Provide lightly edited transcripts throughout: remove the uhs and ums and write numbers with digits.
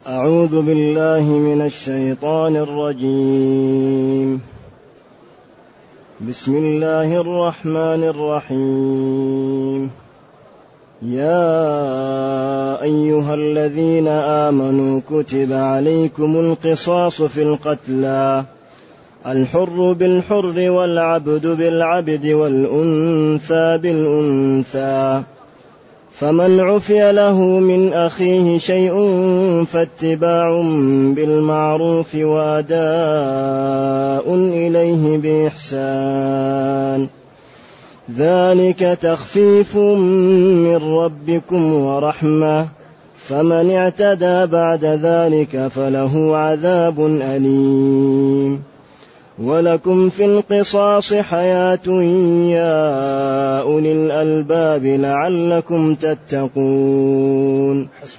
أعوذ بالله من الشيطان الرجيم. بسم الله الرحمن الرحيم. يا أيها الذين آمنوا كتب عليكم القصاص في القتلى، الحر بالحر والعبد بالعبد والأنثى بالأنثى، فمن عفي له من أخيه شيء فاتباع بالمعروف وأداء إليه بإحسان، ذلك تخفيف من ربكم ورحمة، فمن اعتدى بعد ذلك فله عذاب أليم. ولكم في القصاص حياة يا أولي الألباب لعلكم تتقون. حسبك.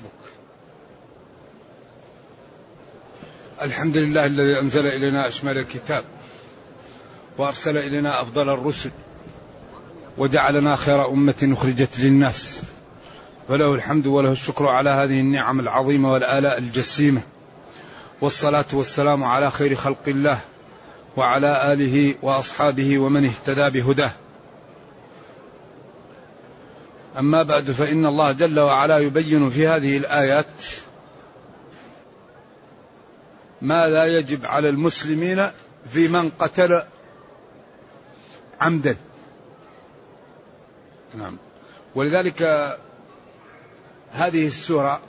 الحمد لله الذي أنزل إلينا أشمل الكتاب وأرسل إلينا أفضل الرسل وجعلنا خير أمة أخرجت للناس، فله الحمد وله الشكر على هذه النعم العظيمة والآلاء الجسيمة، والصلاة والسلام على خير خلق الله وعلى آله وأصحابه ومن اهتدى بهداه. أما بعد، فإن الله جل وعلا يبين في هذه الآيات ماذا يجب على المسلمين في من قتل عمدا. نعم. ولذلك هذه السورة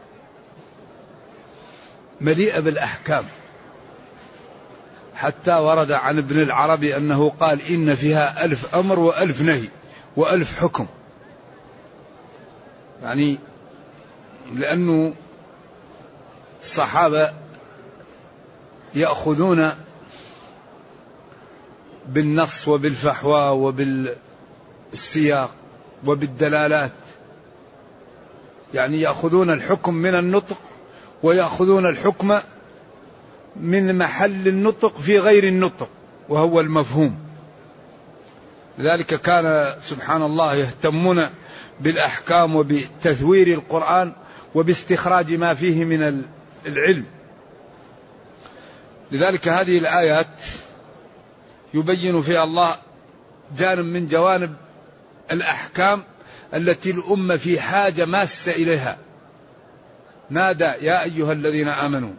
مليئة بالأحكام، حتى ورد عن ابن العربي أنه قال إن فيها 1000 أمر و1000 نهي و1000 حكم، يعني لأنه الصحابة يأخذون بالنص وبالفحوى وبالسياق وبالدلالات، يعني يأخذون الحكم من النطق ويأخذون الحكم من محل النطق في غير النطق وهو المفهوم. لذلك كان سبحان الله يهتمون بالأحكام وبتثوير القرآن وباستخراج ما فيه من العلم. لذلك هذه الآيات يبين فيها الله جانب من جوانب الأحكام التي الأمة في حاجة ماسة إليها. نادى يا أيها الذين آمنوا،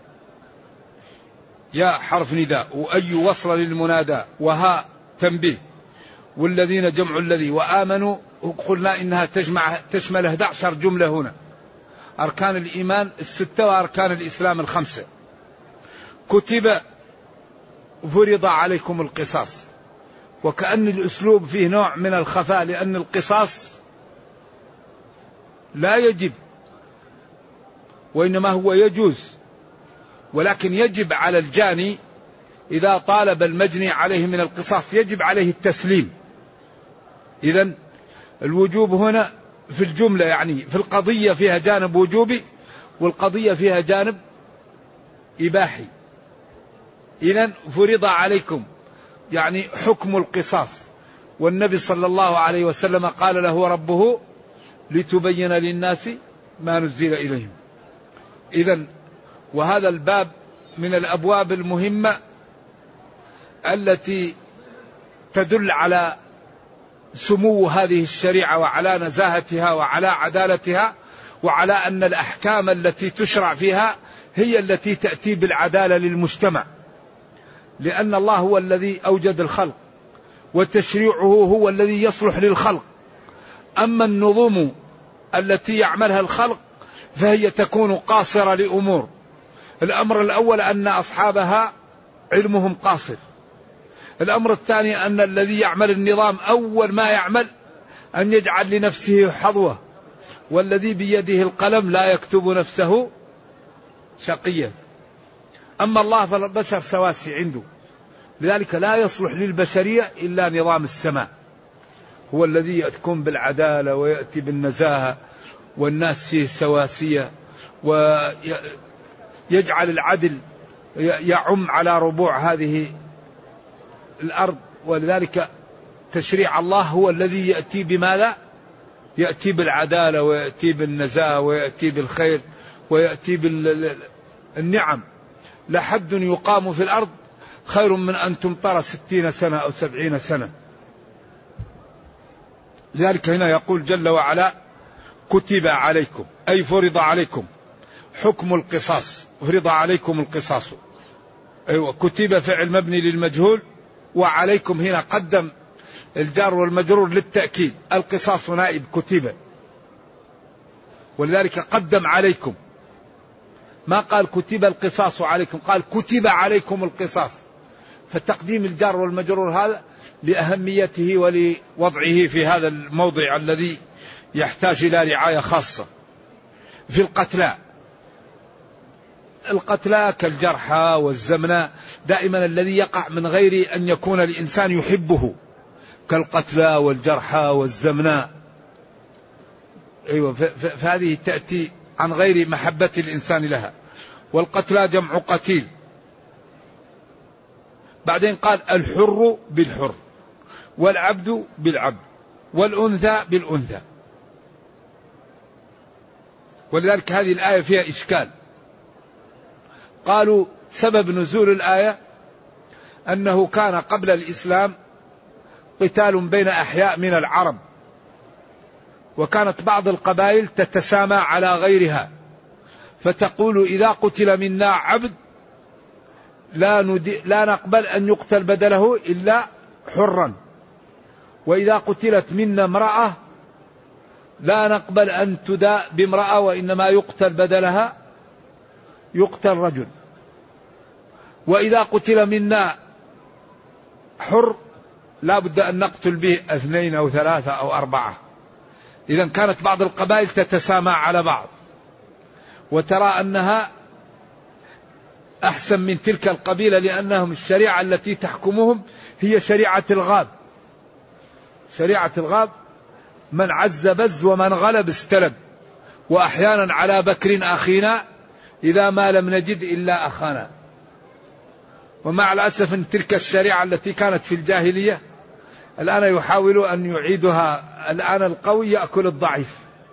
يا حرف نداء، وأي وصل للمنادى، وها تنبيه، والذين جمع الذي، وآمنوا قلنا إنها تشمل 11 جملة هنا، أركان الإيمان 6 وأركان الإسلام 5. كتب فرض عليكم القصاص، وكأن الأسلوب فيه نوع من الخفاء، لأن القصاص لا يجب وإنما هو يجوز، ولكن يجب على الجاني إذا طالب المجني عليه من القصاص يجب عليه التسليم. إذن الوجوب هنا في الجملة، يعني في القضية فيها جانب وجوبي والقضية فيها جانب إباحي. إذن فرض عليكم يعني حكم القصاص، والنبي صلى الله عليه وسلم قال له ربه لتبين للناس ما نزل إليهم. إذن وهذا الباب من الأبواب المهمة التي تدل على سمو هذه الشريعة وعلى نزاهتها وعلى عدالتها، وعلى أن الأحكام التي تشرع فيها هي التي تأتي بالعدالة للمجتمع، لأن الله هو الذي أوجد الخلق وتشريعه هو الذي يصلح للخلق. أما النظم التي يعملها الخلق فهي تكون قاصرة لأمور. الأمر الأول أن أصحابها علمهم قاصر. الأمر الثاني أن الذي يعمل النظام أول ما يعمل أن يجعل لنفسه حظوة، والذي بيده القلم لا يكتب نفسه شقيا. أما الله فالبشر سواسي عنده، لذلك لا يصلح للبشرية إلا نظام السماء، هو الذي يأتكم بالعدالة ويأتي بالنزاهة والناس فيه سواسية، ويجعل العدل يعم على ربوع هذه الأرض. ولذلك تشريع الله هو الذي يأتي بماذا؟ يأتي بالعدالة ويأتي بالنزاهة ويأتي بالخير ويأتي النعم لحد يقام في الأرض خير من أن تمطر 60 سنة أو 70 سنة. لذلك هنا يقول جل وعلا كتب عليكم أي فرض عليكم حكم القصاص، فرض عليكم القصاص. أيوة، كتب فعل مبني للمجهول، وعليكم هنا قدم الجار والمجرور للتأكيد، القصاص نائب كتب، ولذلك قدم عليكم، ما قال كتب القصاص عليكم، قال كتب عليكم القصاص. فتقديم الجار والمجرور هذا لأهميته ولوضعه في هذا الموضع الذي يحتاج إلى رعاية خاصة. في القتلى كالجرحى والزمناء دائما الذي يقع من غير أن يكون الإنسان يحبه، كالقتلى والجرحى والزمناء. أيوة، فهذه تأتي عن غير محبة الإنسان لها. والقتلى جمع قتيل. بعدين قال الحر بالحر، والعبد بالعبد، والأنثى بالأنثى. ولذلك هذه الآية فيها إشكال. قالوا سبب نزول الآية أنه كان قبل الإسلام قتال بين أحياء من العرب، وكانت بعض القبائل تتسامى على غيرها، فتقول إذا قتل منا عبد لا نقبل أن يقتل بدله إلا حرا، وإذا قتلت منا امرأة لا نقبل أن تداء بامرأة وإنما يقتل بدلها يقتل رجل، وإذا قتل منا حر لا بد أن نقتل به 2 أو 3 أو 4. إذا كانت بعض القبائل تتسامى على بعض، وترى أنها أحسن من تلك القبيلة، لأنهم الشريعة التي تحكمهم هي شريعة الغاب. شريعة الغاب من عز بز ومن غلب استلب، وأحيانا على بكر أخينا إذا ما لم نجد إلا أخانا. ومع الأسف أن تلك الشريعة التي كانت في الجاهلية الآن يحاول أن يعيدها. الآن القوي يأكل الضعيف،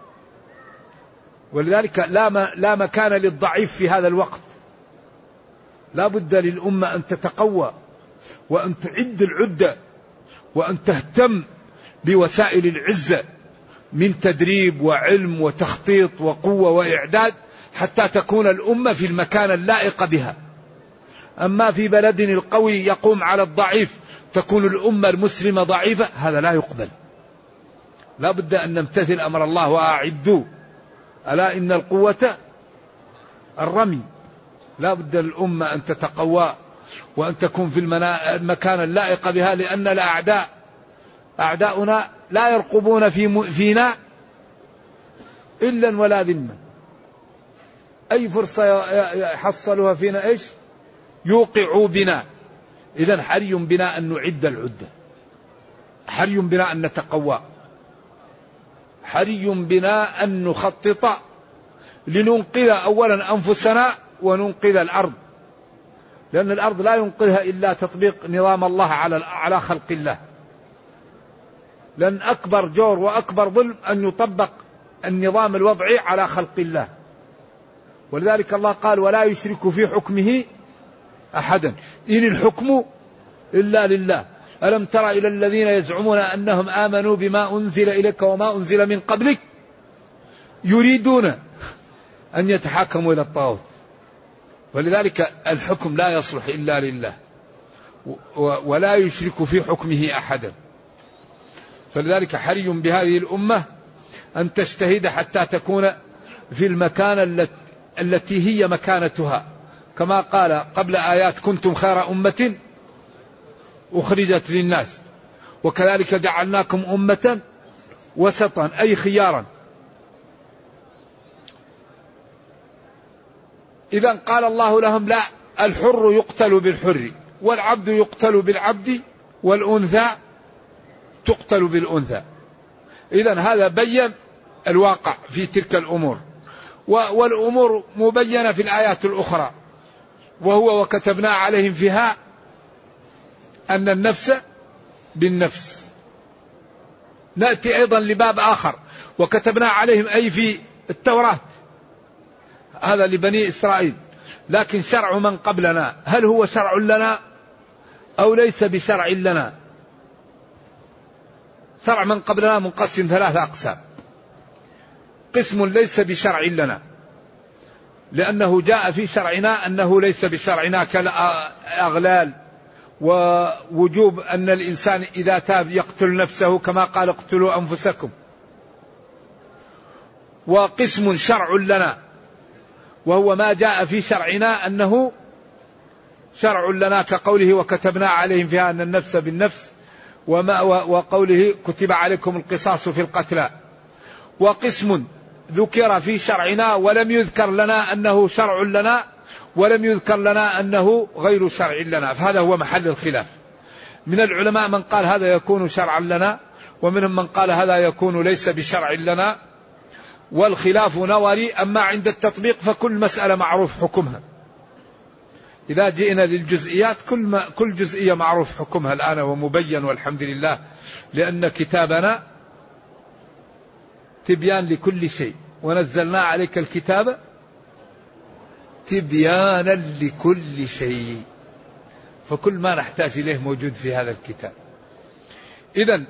ولذلك لا مكان للضعيف في هذا الوقت. لا بد للأمة أن تتقوى وأن تعد العدة وأن تهتم بوسائل العزة من تدريب وعلم وتخطيط وقوة وإعداد حتى تكون الأمة في المكان اللائق بها. أما في بلد القوي يقوم على الضعيف تكون الأمة المسلمة ضعيفة، هذا لا يقبل. لا بد أن نمتثل أمر الله وأعدوا، ألا إن القوة الرمي. لا بد الأمة أن تتقوى وأن تكون في المكان اللائق بها، لأن الأعداء أعداؤنا لا يرقبون فينا إلا ولا ذمة. أي فرصة يحصلها فينا إيش؟ يوقعوا بنا. إذن حري بنا أن نعد العدة، حري بنا أن نتقوى، حري بنا أن نخطط لننقذ أولا أنفسنا وننقذ الأرض، لأن الأرض لا ينقذها إلا تطبيق نظام الله على خلق الله. لأن أكبر جور وأكبر ظلم أن يطبق النظام الوضعي على خلق الله. ولذلك الله قال ولا يشرك في حكمه أحدا، إن الحكم إلا لله. ألم تر إلى الذين يزعمون أنهم آمنوا بما أنزل إليك وما أنزل من قبلك يريدون أن يتحاكموا إلى الطاغوت. ولذلك الحكم لا يصلح إلا لله، ولا يشرك في حكمه أحدا. فلذلك حري بهذه الأمة أن تجتهد حتى تكون في المكان التي هي مكانتها، كما قال قبل آيات كنتم خير أمة أخرجت للناس وكذلك جعلناكم أمة وسطا أي خيارا. إذا قال الله لهم لا، الحر يقتل بالحر والعبد يقتل بالعبد والأنثى تقتل بالأنثى. إذا هذا بين الواقع في تلك الأمور، والأمور مبينة في الآيات الأخرى، وهو وكتبنا عليهم فيها أن النفس بالنفس. نأتي أيضا لباب آخر وكتبنا عليهم أي في التوراة، هذا لبني إسرائيل، لكن شرع من قبلنا هل هو شرع لنا أو ليس بشرع لنا؟ شرع من قبلنا منقسم 3 أقسام. قسم ليس بشرع لنا لأنه جاء في شرعنا أنه ليس بشرعنا كالأغلال ووجوب أن الإنسان إذا تاب يقتل نفسه كما قال اقتلوا أنفسكم. وقسم شرع لنا وهو ما جاء في شرعنا أنه شرع لنا كقوله وكتبنا عليهم فيها أن النفس بالنفس وقوله كتب عليكم القصاص في القتلى. وقسم ذكر في شرعنا ولم يذكر لنا أنه شرع لنا ولم يذكر لنا أنه غير شرع لنا، فهذا هو محل الخلاف. من العلماء من قال هذا يكون شرعا لنا ومنهم من قال هذا يكون ليس بشرع لنا، والخلاف نظري. أما عند التطبيق فكل مسألة معروف حكمها. إذا جئنا للجزئيات كل جزئية معروف حكمها الآن ومبين والحمد لله، لأن كتابنا تبيان لكل شيء ونزلنا عليك الكتاب تبيانا لكل شيء، فكل ما نحتاج إليه موجود في هذا الكتاب. إذن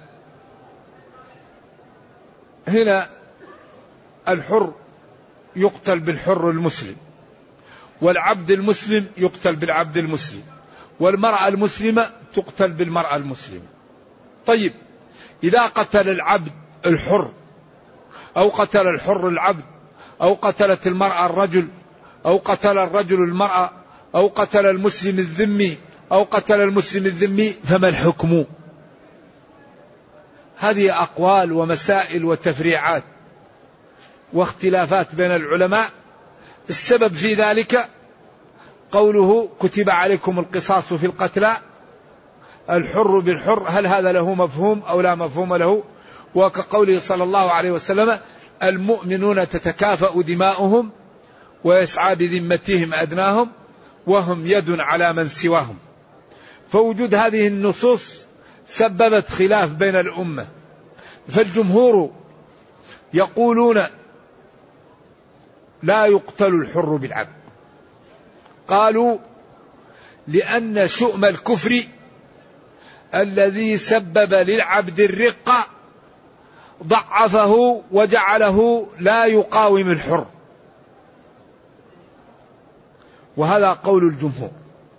هنا الحر يقتل بالحر المسلم، والعبد المسلم يقتل بالعبد المسلم، والمرأة المسلمة تقتل بالمرأة المسلمة. طيب إذا قتل العبد الحر أو قتل الحر العبد أو قتلت المرأة الرجل أو قتل الرجل المرأة أو قتل المسلم الذمي أو قتل المسلم الذمي فما الحكم؟ هذه أقوال ومسائل وتفريعات واختلافات بين العلماء. السبب في ذلك قوله كتب عليكم القصاص في القتلى، الحر بالحر، هل هذا له مفهوم أو لا مفهوم له؟ وكقوله صلى الله عليه وسلم المؤمنون تتكافأ دماؤهم ويسعى بذمتهم أدناهم وهم يد على من سواهم. فوجود هذه النصوص سببت خلاف بين الأمة. فالجمهور يقولون لا يقتل الحر بالعبد، قالوا لأن شؤم الكفر الذي سبب للعبد الرقة ضعفه وجعله لا يقاوم الحر، وهذا قول الجمهور.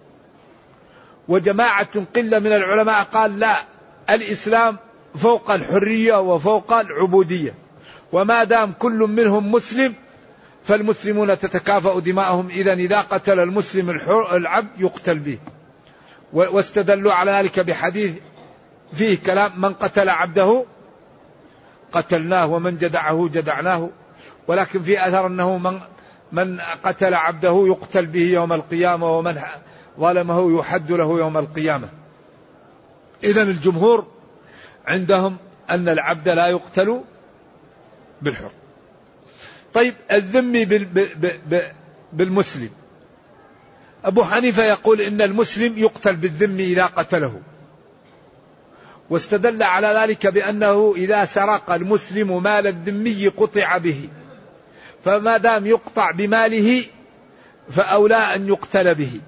وجماعة قلة من العلماء قال لا، الإسلام فوق الحرية وفوق العبودية، وما دام كل منهم مسلم فالمسلمون تتكافأ دماءهم، إذا قتل المسلم العبد يقتل به. واستدلوا على ذلك بحديث فيه كلام من قتل عبده قتلناه ومن جدعه جدعناه، ولكن في أثر أنه من قتل عبده يقتل به يوم القيامة ومن ظلمه يحد له يوم القيامة. إذن الجمهور عندهم أن العبد لا يقتل بالحر. طيب الذمي بالمسلم، أبو حنيفة يقول إن المسلم يقتل بالذمي إذا قتله، واستدل على ذلك بأنه إذا سرق المسلم مال الذمي قطع به، فما دام يقطع بماله فأولى أن يقتل به.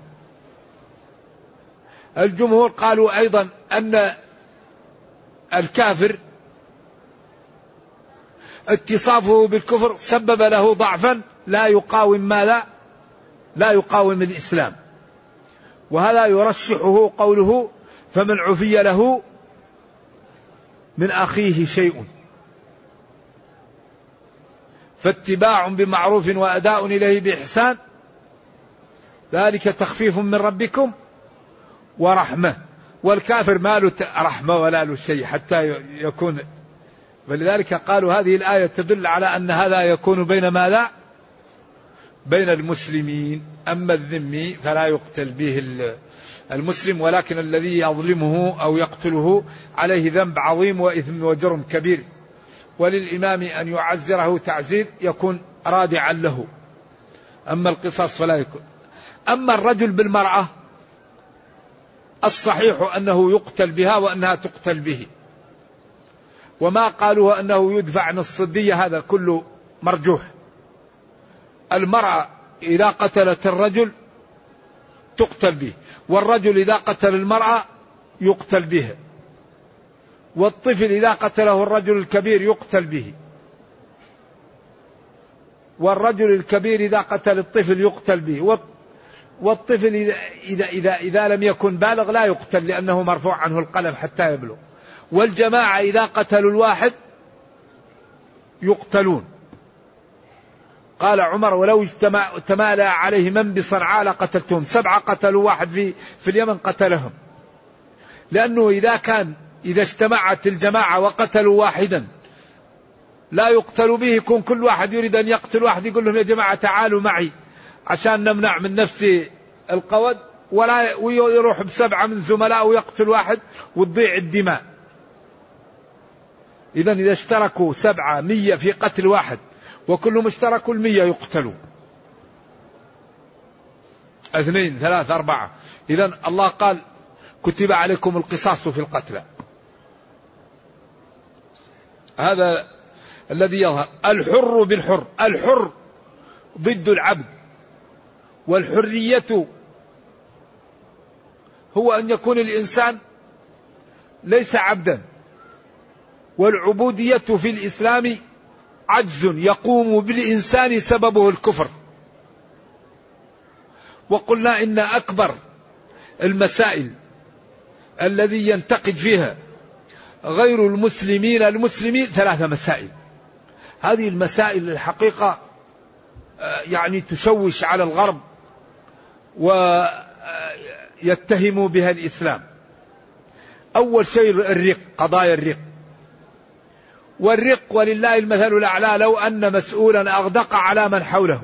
الجمهور قالوا أيضا أن الكافر اتصافه بالكفر سبب له ضعفا لا يقاوم ماذا؟ لا يقاوم الإسلام، وهذا يرشحه قوله فمن عفي له من أخيه شيء فاتباع بمعروف وأداء إليه بإحسان ذلك تخفيف من ربكم ورحمة. والكافر ما له رحمة ولا له شيء حتى يكون، ولذلك قالوا هذه الآية تدل على أن هذا يكون بين ماذا؟ بين المسلمين. أما الذمي فلا يقتل به المسلم، ولكن الذي يظلمه أو يقتله عليه ذنب عظيم وإثم وجرم كبير، وللإمام أن يعزره تعزير يكون رادعا له. أما القصاص فلا يكون. أما الرجل بالمرأة الصحيح أنه يقتل بها وأنها تقتل به، وما قالوا أنه يدفع عن الصدية هذا كله مرجوح. المرأة إذا قتلت الرجل تقتل به، والرجل إذا قتل المرأة يقتل به، والطفل إذا قتله الرجل الكبير يقتل به، والرجل الكبير إذا قتل الطفل يقتل به، والطفل إذا لم يكن بالغ لا يقتل لأنه مرفوع عنه القلم حتى يبلغ، والجماعة إذا قتلوا الواحد يقتلون. قال عمر: ولو تمالأ عليه من بصنعاء لقتلتهم. 7 قتلوا واحد في اليمن قتلهم، لأنه إذا اجتمعت الجماعة وقتلوا واحدا لا يقتل به، يكون كل واحد يريد أن يقتل واحد يقول لهم: يا جماعة تعالوا معي عشان نمنع من نفسي القود، ولا ويروح ب7 من زملاء ويقتل واحد وتضيع الدماء. إذا اشتركوا 7 100 في قتل واحد وكلهم اشتركوا 100 يقتلوا. 2 3 4. إذا الله قال: كتب عليكم القصاص في القتلى. هذا الذي يظهر. الحر بالحر، الحر ضد العبد، والحرية هو أن يكون الإنسان ليس عبدا، والعبودية في الإسلام عجز يقوم بالإنسان سببه الكفر. وقلنا إن أكبر المسائل الذي ينتقد فيها غير المسلمين 3 مسائل. هذه المسائل الحقيقة يعني تشوش على الغرب ويتهموا بها الإسلام. أول شيء الرق، قضايا الرق. والرق ولله المثل الأعلى، لو أن مسؤولا أغدق على من حوله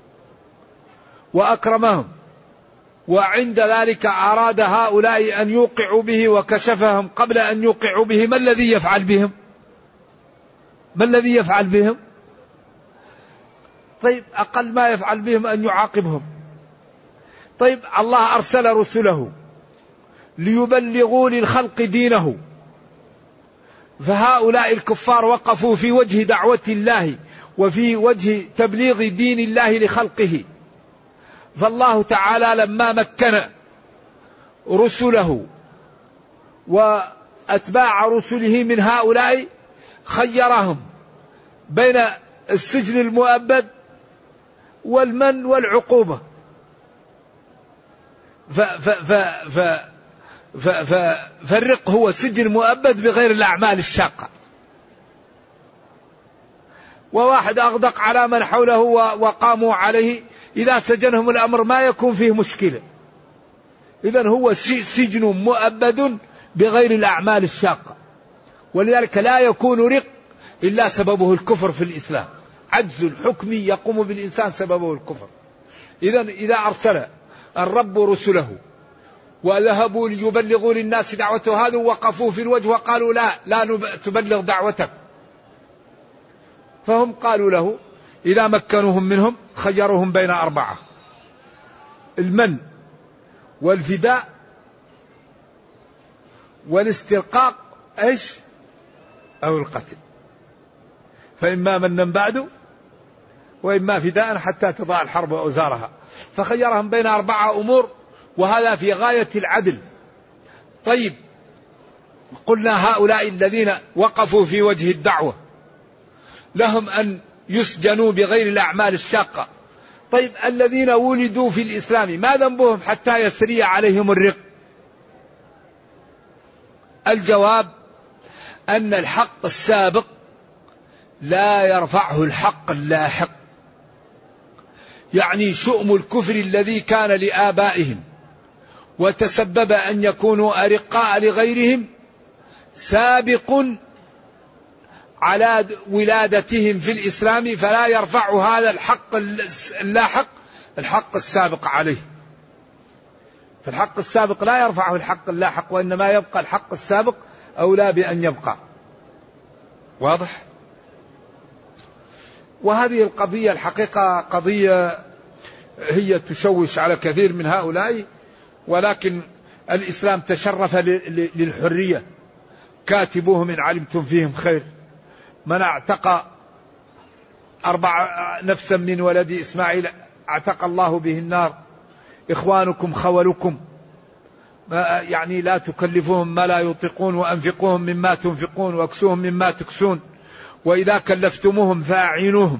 وأكرمهم وعند ذلك أراد هؤلاء أن يوقعوا به وكشفهم قبل أن يوقعوا به، ما الذي يفعل بهم؟ ما الذي يفعل بهم؟ طيب أقل ما يفعل بهم أن يعاقبهم. طيب الله أرسل رسله ليبلغوا للخلق دينه، فهؤلاء الكفار وقفوا في وجه دعوة الله وفي وجه تبليغ دين الله لخلقه. فالله تعالى لما مكن رسله وأتباع رسله من هؤلاء خيرهم بين السجن المؤبد والمن والعقوبة. فالرق هو سجن مؤبد بغير الأعمال الشاقة. وواحد أغدق على من حوله وقاموا عليه، إذا سجنهم الأمر ما يكون فيه مشكلة. إذن هو سجن مؤبد بغير الأعمال الشاقة، ولذلك لا يكون رق إلا سببه الكفر في الإسلام. عجز حكمي يقوم بالإنسان سببه الكفر. إذن إذا أرسل الرب رسله وذهبوا ليبلغوا للناس دعوته، هذا وقفوا في الوجه وقالوا لا تبلغ دعوتك. فهم قالوا له إذا مكنوهم منهم خيروهم بين 4: المن والفداء والاسترقاق أو القتل، فإما منا بعد وإما فداء حتى تضاع الحرب وأوزارها. فخيرهم بين 4 أمور، وهذا في غاية العدل. طيب قلنا هؤلاء الذين وقفوا في وجه الدعوة لهم أن يسجنوا بغير الأعمال الشاقة. طيب الذين ولدوا في الإسلام ما ذنبهم حتى يسري عليهم الرق؟ الجواب أن الحق السابق لا يرفعه الحق اللاحق. يعني شؤم الكفر الذي كان لآبائهم وتسبب أن يكونوا أرقاء لغيرهم سابق على ولادتهم في الإسلام، فلا يرفع هذا الحق اللاحق الحق السابق عليه. فالحق السابق لا يرفعه الحق اللاحق، وإنما يبقى الحق السابق أولى بأن يبقى. واضح؟ وهذه القضية الحقيقة قضية هي تشوش على كثير من هؤلاء، ولكن الإسلام تشرف للحرية. كاتبوهم إن علمتم فيهم خير. من اعتق 4 نفسا من ولد إسماعيل اعتق الله به النار. إخوانكم خولكم، يعني لا تكلفوهم ما لا يطيقون، وأنفقوهم مما تنفقون، واكسوهم مما تكسون، وإذا كلفتموهم فأعينوهم.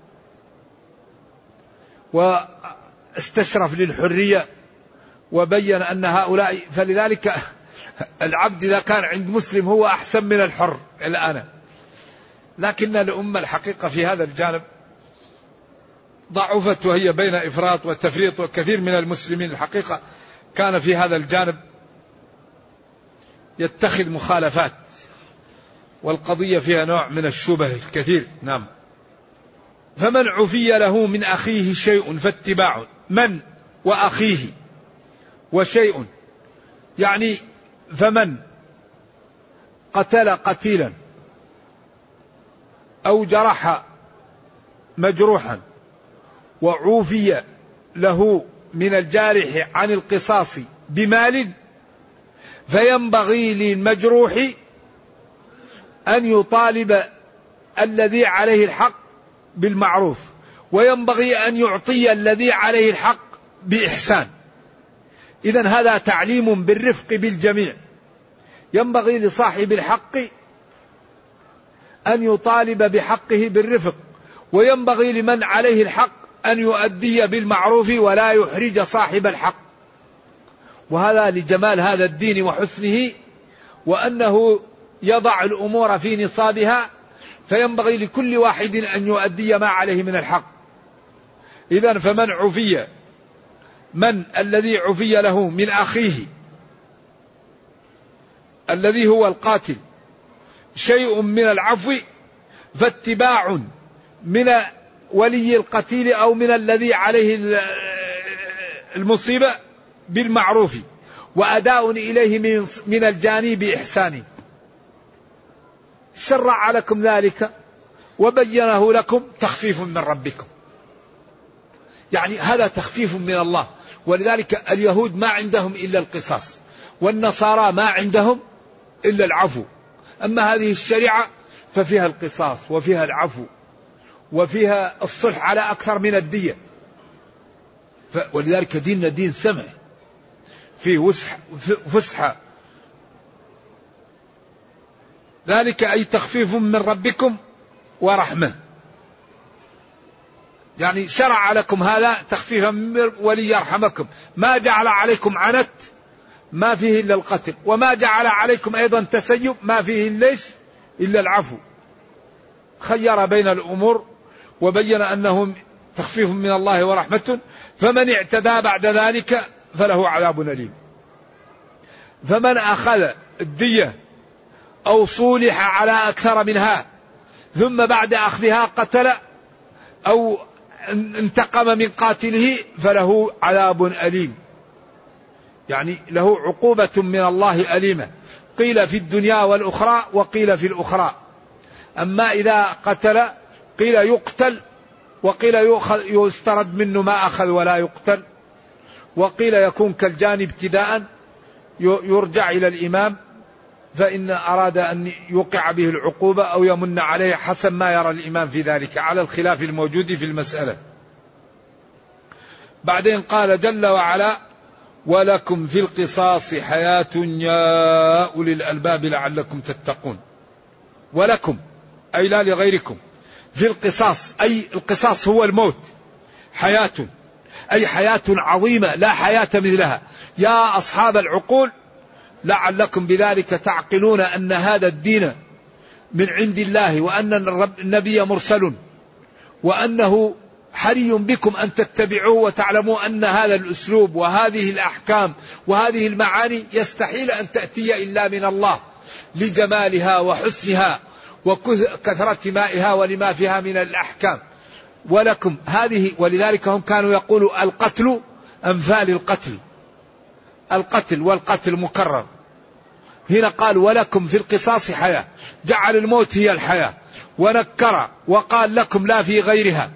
واستشرف للحرية وبين أن هؤلاء، فلذلك العبد إذا كان عند مسلم هو أحسن من الحر الآن. لكن الأمة الحقيقة في هذا الجانب ضعفت، وهي بين إفراط وتفريط، وكثير من المسلمين الحقيقة كان في هذا الجانب يتخذ مخالفات، والقضية فيها نوع من الشبه الكثير. نعم. فمن عفي له من أخيه شيء فاتباع، من وأخيه وشيء، يعني فمن قتل قتيلا أو جرح مجروحا وعوفي له من الجارح عن القصاص بمال، فينبغي للمجروح أن يطالب الذي عليه الحق بالمعروف، وينبغي أن يعطي الذي عليه الحق بإحسان. إذن هذا تعليم بالرفق بالجميع. ينبغي لصاحب الحق أن يطالب بحقه بالرفق، وينبغي لمن عليه الحق أن يؤدي بالمعروف ولا يحرج صاحب الحق. وهذا لجمال هذا الدين وحسنه، وأنه يضع الأمور في نصابها، فينبغي لكل واحد أن يؤدي ما عليه من الحق. إذن فمن عفي، من الذي عفي له من أخيه الذي هو القاتل شيء من العفو، فاتباع من ولي القتيل أو من الذي عليه المصيبة بالمعروف، وأداء إليه من الجاني بإحسان. شرع لكم ذلك وبينه لكم تخفيف من ربكم، يعني هذا تخفيف من الله. ولذلك اليهود ما عندهم إلا القصاص، والنصارى ما عندهم إلا العفو. أما هذه الشريعة ففيها القصاص وفيها العفو وفيها الصلح على أكثر من الدية. ولذلك ديننا دين سمع فيه فسحة. ذلك أي تخفيف من ربكم ورحمة، يعني شرع لكم هذا تخفيفا وليرحمكم. ما جعل عليكم عنت ما فيه إلا القتل، وما جعل عليكم أيضا تسيب ما فيه إلا العفو. خير بين الأمور وبين أنه تخفيف من الله ورحمة. فمن اعتدى بعد ذلك فله عذاب أليم. فمن أخذ الدية أو صولح على أكثر منها ثم بعد أخذها قتل أو انتقم من قاتله فله عذاب أليم، يعني له عقوبة من الله أليمة، قيل في الدنيا والأخرى وقيل في الأخرى. أما إذا قتل قيل يقتل، وقيل يسترد منه ما أخذ ولا يقتل، وقيل يكون كالجاني ابتداء يرجع إلى الإمام فإن أراد أن يوقع به العقوبة أو يمن عليه حسب ما يرى الإمام في ذلك، على الخلاف الموجود في المسألة. بعدين قال جل وعلا: ولكم في القصاص حياة يا أولي الألباب لعلكم تتقون. ولكم أي لا لغيركم، في القصاص أي القصاص هو الموت، حياة أي حياة عظيمة لا حياة مثلها يا أصحاب العقول، لعلكم بذلك تعقلون أن هذا الدين من عند الله، وأن النبي مرسل، وأنه حري بكم أن تتبعوه وتعلموا أن هذا الأسلوب وهذه الأحكام وهذه المعاني يستحيل أن تأتي إلا من الله لجمالها وحسنها وكثرة مائها ولما فيها من الأحكام. ولكم هذه، ولذلك هم كانوا يقولوا القتل أمثال القتل، القتل والقتل مكرر. هنا قال ولكم في القصاص حياة، جعل الموت هي الحياة، ونكر وقال لكم لا في غيرها.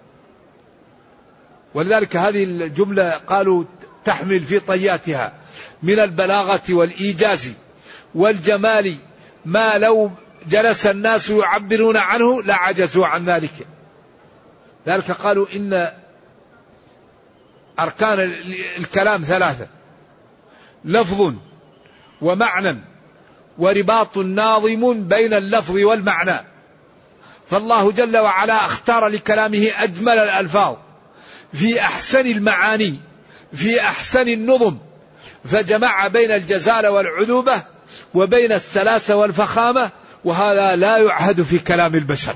ولذلك هذه الجملة قالوا تحمل في طياتها من البلاغة والإيجاز والجمال ما لو جلس الناس يعبرون عنه لعجزوا عن ذلك. ذلك قالوا إن أركان الكلام ثلاثة: لفظ ومعنى ورباط ناظم بين اللفظ والمعنى. فالله جل وعلا اختار لكلامه أجمل الألفاظ في أحسن المعاني في أحسن النظم، فجمع بين الجزالة والعذوبة وبين السلاسة والفخامة، وهذا لا يعهد في كلام البشر.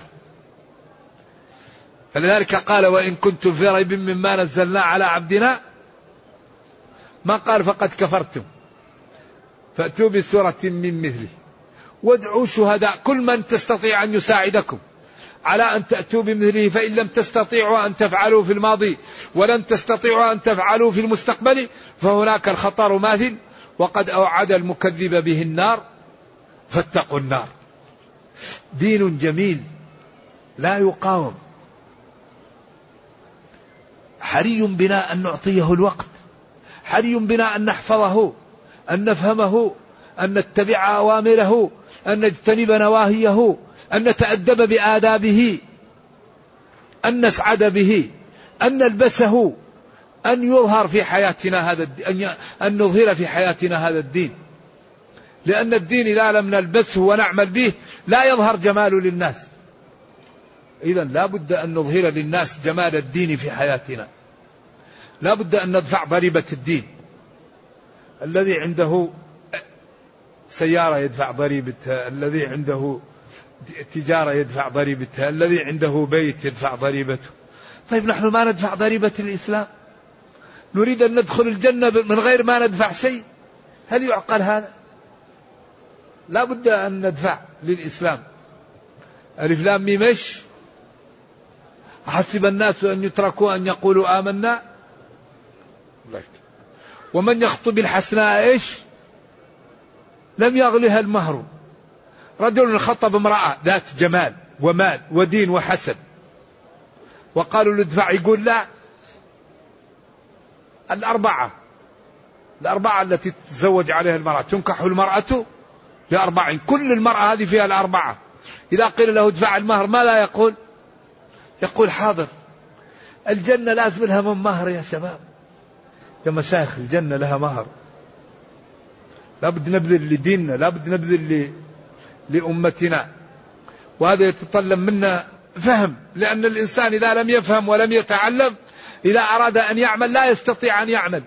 فلذلك قال: وإن كنتم في ريب مما نزلنا على عبدنا، ما قال فقد كفرتم، فأتوا بسورة من مثله وادعوا شهداء، كل من تستطيع أن يساعدكم على أن تأتوا بمثله، فإن لم تستطيعوا أن تفعلوا في الماضي ولن تستطيعوا أن تفعلوا في المستقبل فهناك الخطر ماثل، وقد أوعد المكذب به النار فاتقوا النار. دين جميل لا يقاوم. حري بنا أن نعطيه الوقت، حري بنا أن نحفظه، أن نفهمه، أن نتبع أوامره، أن نجتنب نواهيه، أن نتأدب بآدابه، أن نسعد به، أن نلبسه، أن يظهر في حياتنا هذا أن نظهر في حياتنا هذا الدين. لأن الدين إذا لم نلبسه ونعمل به لا يظهر جماله للناس. إذن لا بد أن نظهر للناس جمال الدين في حياتنا، لا بد أن ندفع ضريبة الدين. الذي عنده سيارة يدفع ضريبتها، الذي عنده تجارة يدفع ضريبتها، الذي عنده بيت يدفع ضريبته. طيب نحن ما ندفع ضريبة الإسلام، نريد أن ندخل الجنة من غير ما ندفع شيء، هل يعقل هذا؟ لا بد أن ندفع للإسلام. ألف لام ميم إيش؟ أحسب الناس أن يتركوا أن يقولوا آمنا ومن يخطب الحسناء إيش؟ لم يغلها المهر. رجل خطب امرأة ذات جمال ومال ودين وحسب، وقالوا له ادفع، يقول لا، الأربعة التي تتزوج عليها المرأة، تنكح المرأة ل4، كل المرأة هذه فيها ال4. إذا قيل له ادفع المهر ما لا يقول؟ يقول حاضر. الجنة لازم لها من مهر يا شباب، يا مشايخ، الجنة لها مهر. لابد نبذل لديننا، لابد نبذل لأمتنا، وهذا يتطلب منا فهم. لأن الإنسان إذا لم يفهم ولم يتعلم، إذا أراد أن يعمل لا يستطيع أن يعمل.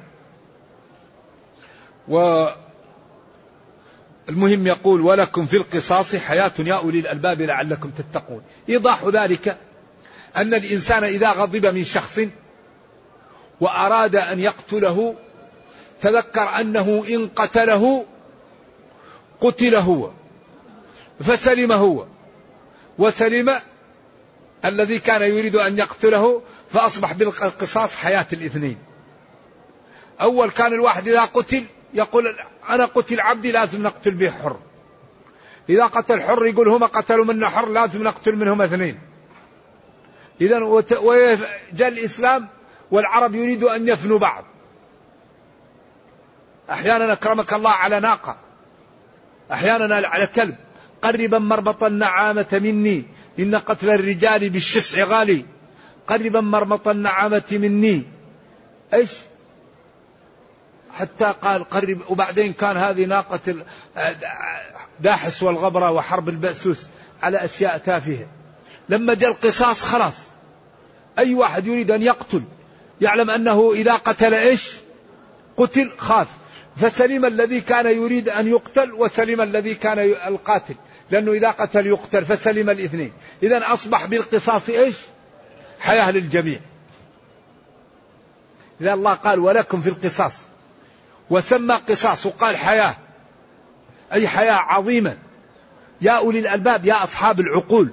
والمهم يقول: ولكم في القصاص حياة يا أولي الألباب لعلكم تتقون. إيضاح ذلك أن الإنسان إذا غضب من شخص وأراد أن يقتله تذكر أنه إن قتله قتل هو، فسلم هو وسلم الذي كان يريد أن يقتله، فأصبح بالقصاص حياة الاثنين. أول كان الواحد إذا قتل يقول أنا قتل عبدي لازم نقتل به حر، إذا قتل حر يقول هما قتلوا منا حر لازم نقتل منهم 2. إذن وجاء الإسلام والعرب يريدوا أن يفنوا بعض. أحيانا أكرمك الله على ناقة، أحيانا على كلب. قربا مربط النعامة مني إن قتل الرجال بالشسع غالي، قربا مربط النعامة مني إيش حتى قال قرب. وبعدين كان هذه ناقة داحس والغبرة وحرب البأسوس على أشياء تافهة. لما جاء القصاص خلاص أي واحد يريد أن يقتل يعلم أنه إذا قتل إيش قتل، خاف. فسلم الذي كان يريد أن يقتل وسلم الذي كان القاتل، لأنه إذا قتل يقتل، فسلم الاثنين. إذن أصبح بالقصاص إيش حياة للجميع. إذا الله قال ولكم في القصاص وسمى قصاص وقال حياة، أي حياة عظيمة يا أولي الألباب، يا أصحاب العقول،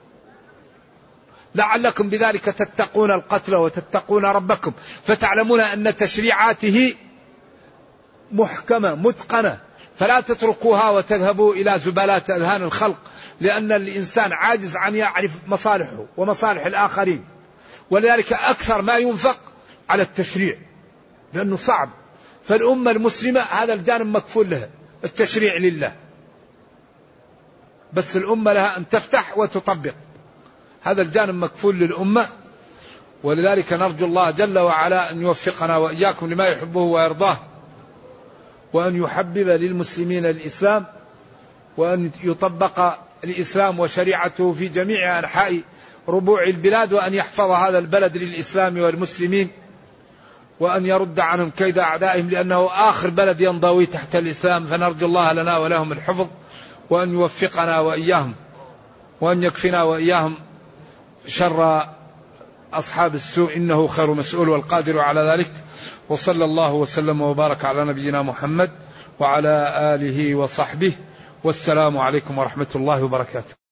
لعلكم بذلك تتقون القتل وتتقون ربكم، فتعلمون أن تشريعاته محكمة متقنة، فلا تتركوها وتذهبوا إلى زبالات أذهان الخلق، لأن الإنسان عاجز عن يعرف مصالحه ومصالح الآخرين. ولذلك أكثر ما ينفق على التشريع لأنه صعب. فالأمة المسلمة هذا الجانب مكفول لها، التشريع لله، بس الأمة لها أن تفتح وتطبق، هذا الجانب مكفول للأمة. ولذلك نرجو الله جل وعلا أن يوفقنا وإياكم لما يحبه ويرضاه، وأن يحبب للمسلمين الإسلام، وأن يطبق الإسلام وشريعته في جميع أنحاء ربوع البلاد، وأن يحفظ هذا البلد للإسلام والمسلمين، وأن يرد عنهم كيد أعدائهم، لأنه آخر بلد ينضوي تحت الإسلام. فنرجو الله لنا ولهم الحفظ، وأن يوفقنا وإياهم، وأن يكفنا وإياهم شر أصحاب السوء، إنه خير مسؤول والقادر على ذلك. وصلى الله وسلم وبارك على نبينا محمد وعلى آله وصحبه، والسلام عليكم ورحمة الله وبركاته.